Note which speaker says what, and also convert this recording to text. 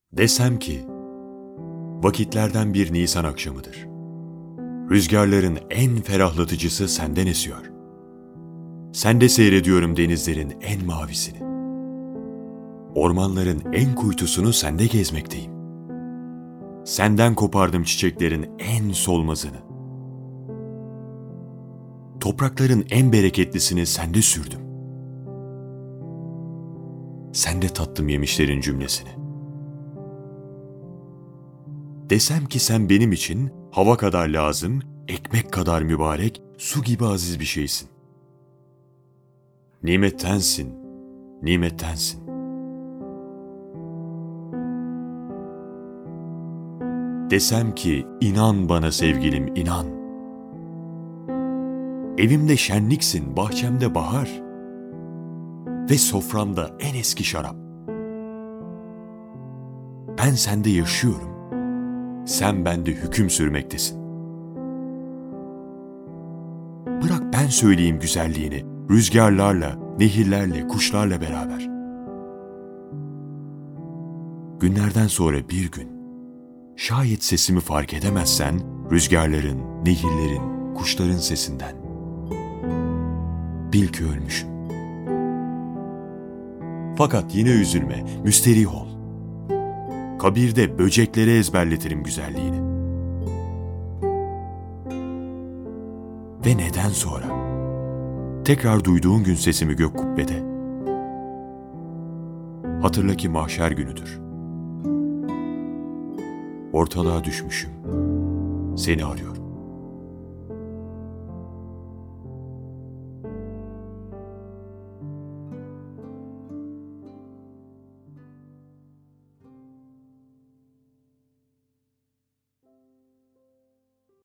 Speaker 1: Desem ki, vakitlerden bir Nisan akşamıdır. Rüzgarların en ferahlatıcısı senden esiyor. Sende seyrediyorum denizlerin en mavisini. Ormanların en kuytusunu sende gezmekteyim. Senden kopardım çiçeklerin en solmazını. Toprakların en bereketlisini sende sürdüm. Sende tattım yemişlerin cümlesini. Desem ki sen benim için hava kadar lazım, ekmek kadar mübarek, su gibi aziz bir şeysin. Nimettensin, nimettensin. Desem ki inan bana sevgilim inan. Evimde şenliksin, bahçemde bahar ve soframda en eski şarap. Ben sende yaşıyorum, sen bende hüküm sürmektesin. Bırak ben söyleyeyim güzelliğini, rüzgarlarla, nehirlerle, kuşlarla beraber. Günlerden sonra bir gün, şayet sesimi fark edemezsen, rüzgarların, nehirlerin, kuşların sesinden, bil ki ölmüşüm. Fakat yine üzülme, müsterih ol. Kabirde böceklere ezberletirim güzelliğini. Ve neden sonra? Tekrar duyduğun gün sesimi gök kubbede. Hatırla ki mahşer günüdür. Ortalığa düşmüşüm. Seni arıyorum.